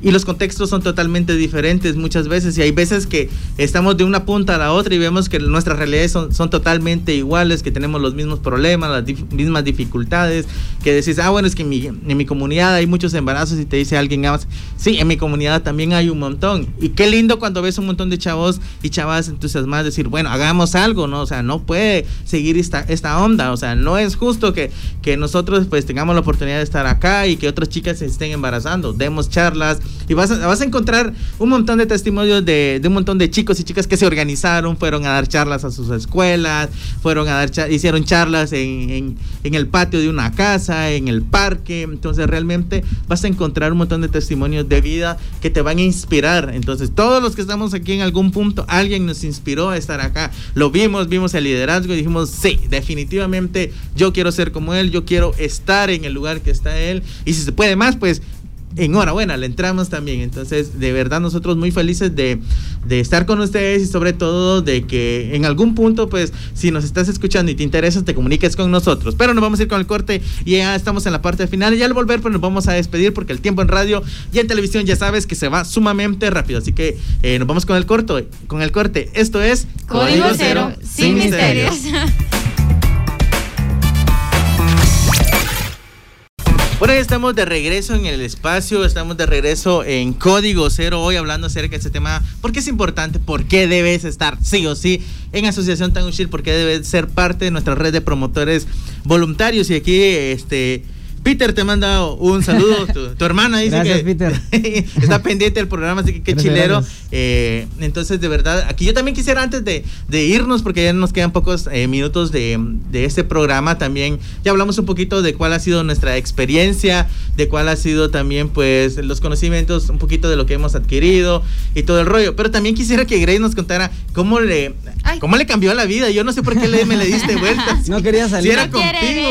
y los contextos son totalmente diferentes muchas veces, y hay veces que estamos de una punta a la otra y vemos que nuestras realidades son totalmente iguales, que tenemos los mismos problemas, las mismas dificultades, que decís, bueno, es que en mi comunidad hay muchos embarazos, y te dice alguien más, sí, en mi comunidad también hay un montón, y qué lindo cuando ves un montón de chavos y chavas entusiasmadas decir, bueno, hagamos algo, ¿no? O sea, no puede seguir esta onda, o sea, no es justo que nosotros pues tengamos la oportunidad de estar acá y que otras chicas se estén embarazando, demos charlas, y vas a encontrar un montón de testimonios de un montón de chicos y chicas que se organizaron, fueron a dar charlas a sus escuelas, hicieron charlas en el patio de una casa, en el parque. Entonces realmente vas a encontrar un montón de testimonios de vida que te van a inspirar. Entonces todos los que estamos aquí en algún punto, alguien nos inspiró a estar acá, lo vimos el liderazgo y dijimos, sí, definitivamente yo quiero ser como él, yo quiero estar en el lugar que está él, y si se puede más, pues enhorabuena, le entramos también. Entonces, de verdad, nosotros muy felices de estar con ustedes, y sobre todo de que en algún punto, pues, si nos estás escuchando y te interesa, te comuniques con nosotros. Pero nos vamos a ir con el corte y ya estamos en la parte final, y al volver, pues nos vamos a despedir, porque el tiempo en radio y en televisión ya sabes que se va sumamente rápido. Así que nos vamos con el corte. Esto es Código Cero, sin misterios. Bueno, estamos de regreso en el espacio, estamos de regreso en Código Cero, hoy hablando acerca de este tema, ¿por qué es importante? ¿Por qué debes estar sí o sí en Asociación Tan Ushil? ¿Por qué debes ser parte de nuestra red de promotores voluntarios? Y aquí, Peter te manda un saludo, tu hermana dice. Gracias, que Peter. está pendiente del programa, así que qué Gracias, chilero. Entonces, de verdad, aquí yo también quisiera, antes de irnos, porque ya nos quedan pocos minutos de este programa, también ya hablamos un poquito de cuál ha sido nuestra experiencia, de cuál ha sido también pues los conocimientos, un poquito de lo que hemos adquirido y todo el rollo, pero también quisiera que Grace nos contara cómo le cambió la vida. Yo no sé por qué me le diste vueltas. No quería salir. Si era No contigo.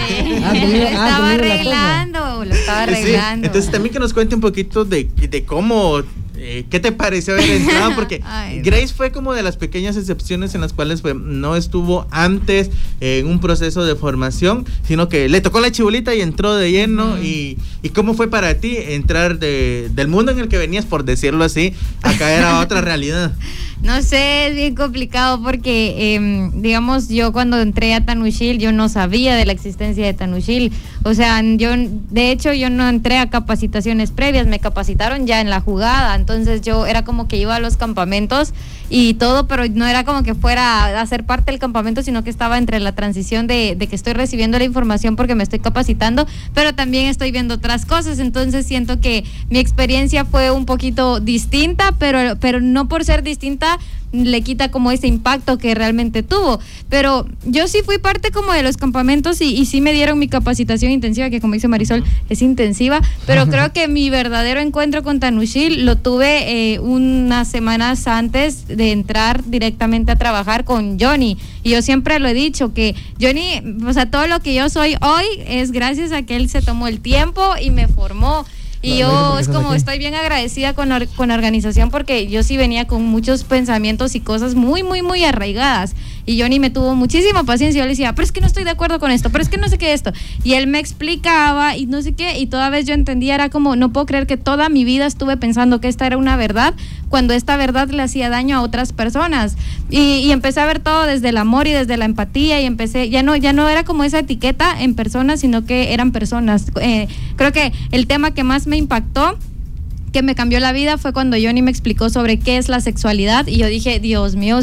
Lo estaba arreglando. Sí, entonces también que nos cuente un poquito de cómo, ¿qué te pareció haber entrado? Porque Grace fue como de las pequeñas excepciones en las cuales no estuvo antes en un proceso de formación, sino que le tocó la chibolita y entró de lleno. ¿Y cómo fue para ti entrar del mundo en el que venías, por decirlo así, a caer a otra realidad? No sé, es bien complicado porque, digamos, yo cuando entré a Tan Ushil, yo no sabía de la existencia de Tan Ushil. O sea, de hecho, yo no entré a capacitaciones previas, me capacitaron ya en la jugada. Entonces yo era como que iba a los campamentos y todo, pero no era como que fuera a ser parte del campamento, sino que estaba entre la transición de que estoy recibiendo la información porque me estoy capacitando, pero también estoy viendo otras cosas. Entonces siento que mi experiencia fue un poquito distinta, pero no por ser distinta le quita como ese impacto que realmente tuvo. Pero yo sí fui parte como de los campamentos y sí me dieron mi capacitación intensiva, que como dice Marisol, es intensiva, pero creo que mi verdadero encuentro con Tan Ushil lo tuve unas semanas antes de entrar directamente a trabajar con Johnny. Y yo siempre lo he dicho, que Johnny, o sea, todo lo que yo soy hoy es gracias a que él se tomó el tiempo y me formó. Y yo es como estoy bien agradecida con la organización, porque yo sí venía con muchos pensamientos y cosas muy, muy, muy arraigadas. Y Johnny me tuvo muchísima paciencia. Yo le decía, pero es que no estoy de acuerdo con esto, pero es que no sé qué esto. Y él me explicaba y no sé qué, y toda vez yo entendía, era como, no puedo creer que toda mi vida estuve pensando que esta era una verdad, cuando esta verdad le hacía daño a otras personas. Y empecé a ver todo desde el amor y desde la empatía, y empecé, ya no era como esa etiqueta en personas, sino que eran personas. Creo que el tema que más me impactó, que me cambió la vida, fue cuando Johnny me explicó sobre qué es la sexualidad, y yo dije, Dios mío,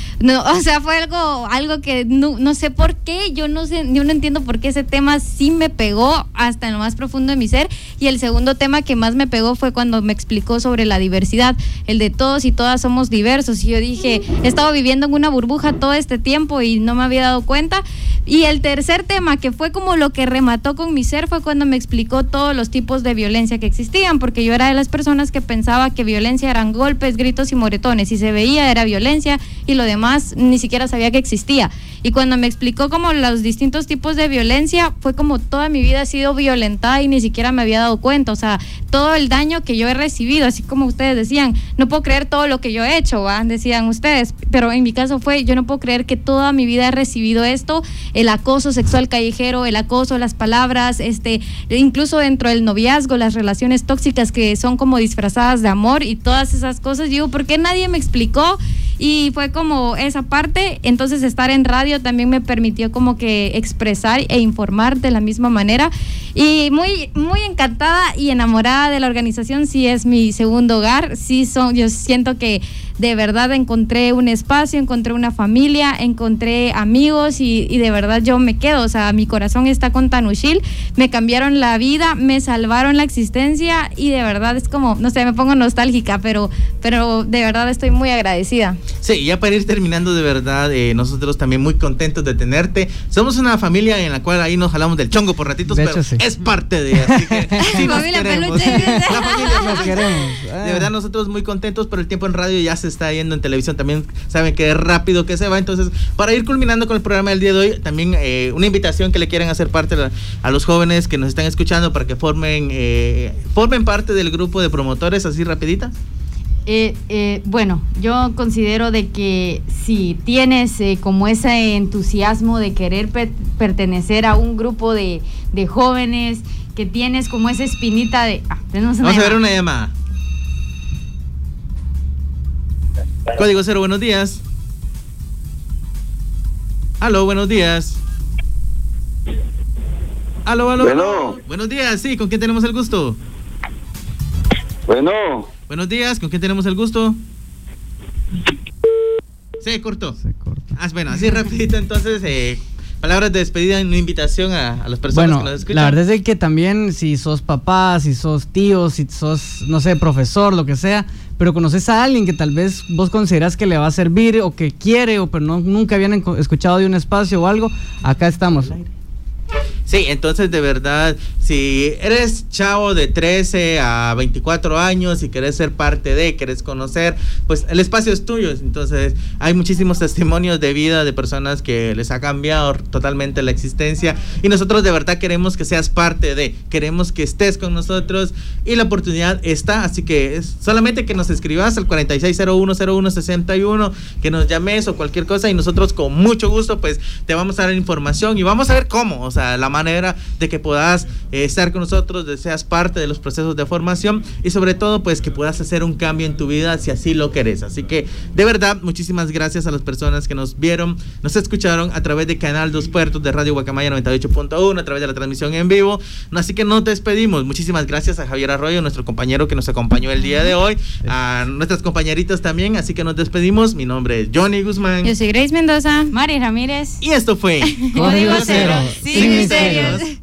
fue algo que no sé por qué, yo no entiendo por qué ese tema sí me pegó hasta en lo más profundo de mi ser. Y el segundo tema que más me pegó fue cuando me explicó sobre la diversidad, el de todos y todas somos diversos, y yo dije, he estado viviendo en una burbuja todo este tiempo y no me había dado cuenta. Y el tercer tema, que fue como lo que remató con mi ser, fue cuando me explicó todos los tipos de violencia que existían, porque yo era de las personas que pensaba que violencia eran golpes, gritos y moretones, y se veía era violencia, y lo demás ni siquiera sabía que existía. Y cuando me explicó como los distintos tipos de violencia, fue como toda mi vida ha sido violentada y ni siquiera me había dado cuenta. O sea, todo el daño que yo he recibido, así como ustedes decían, no puedo creer todo lo que yo he hecho, decían ustedes, pero en mi caso fue, yo no puedo creer que toda mi vida he recibido esto, el acoso sexual callejero, el acoso, las palabras, incluso dentro del noviazgo, las relaciones tóxicas que son como como disfrazadas de amor y todas esas cosas. Yo digo, ¿por qué nadie me explicó? Y fue como esa parte. Entonces estar en radio también me permitió como que expresar e informar de la misma manera, y muy, muy encantada y enamorada de la organización. Sí, es mi segundo hogar. Sí, yo siento que de verdad encontré un espacio, encontré una familia, encontré amigos, y de verdad yo me quedo, o sea, mi corazón está con Tanushil. Me cambiaron la vida, me salvaron la existencia, y de verdad es como, no sé, me pongo nostálgica, pero de verdad estoy muy agradecida. Sí, ya para ir terminando, de verdad, nosotros también muy contentos de tenerte. Somos una familia en la cual ahí nos jalamos del chongo por ratitos, pero sí, es parte de, así que sí, familia peluche. La familia nos queremos. De verdad, nosotros muy contentos, pero el tiempo en radio ya se está yendo, en televisión también saben que es rápido que se va. Entonces, para ir culminando con el programa del día de hoy, también una invitación que le quieran hacer parte a los jóvenes que nos están escuchando para que formen parte del grupo de promotores, así rapidita. Bueno, yo considero de que si tienes como ese entusiasmo de querer pertenecer a un grupo de jóvenes, que tienes como esa espinita de... Vamos a ver una llamada. Código 0, buenos días. Aló, buenos días. Aló. Bueno. Buenos días, sí, ¿con quién tenemos el gusto? Bueno. Buenos días, ¿con quién tenemos el gusto? Se cortó. Bueno, así rapidito, entonces, palabras de despedida, una invitación a las personas que nos escuchan. La verdad es que también, si sos papá, si sos tío, si sos, no sé, profesor, lo que sea, pero conoces a alguien que tal vez vos considerás que le va a servir o que quiere, o pero nunca habían escuchado de un espacio o algo, acá estamos. Sí, entonces de verdad, si eres chavo de 13 a 24 años y querés ser parte de, querés conocer, pues el espacio es tuyo. Entonces hay muchísimos testimonios de vida de personas que les ha cambiado totalmente la existencia, y nosotros de verdad queremos que seas parte de, queremos que estés con nosotros, y la oportunidad está, así que es solamente que nos escribas al 46010161, que nos llames o cualquier cosa, y nosotros con mucho gusto pues te vamos a dar información y vamos a ver cómo, o sea, la manera de que puedas estar con nosotros, de seas parte de los procesos de formación, y sobre todo pues que puedas hacer un cambio en tu vida si así lo querés. Así que de verdad, muchísimas gracias a las personas que nos vieron, nos escucharon a través de Canal 2 Puertos de Radio Guacamaya 98.1, a través de la transmisión en vivo. Así que nos despedimos. Muchísimas gracias a Javier Arroyo, nuestro compañero que nos acompañó el día de hoy, a nuestras compañeritas también. Así que nos despedimos. Mi nombre es Johnny Guzmán. Yo soy Grace Mendoza. Mari Ramírez. Y esto fue Código Cero, sin misterios.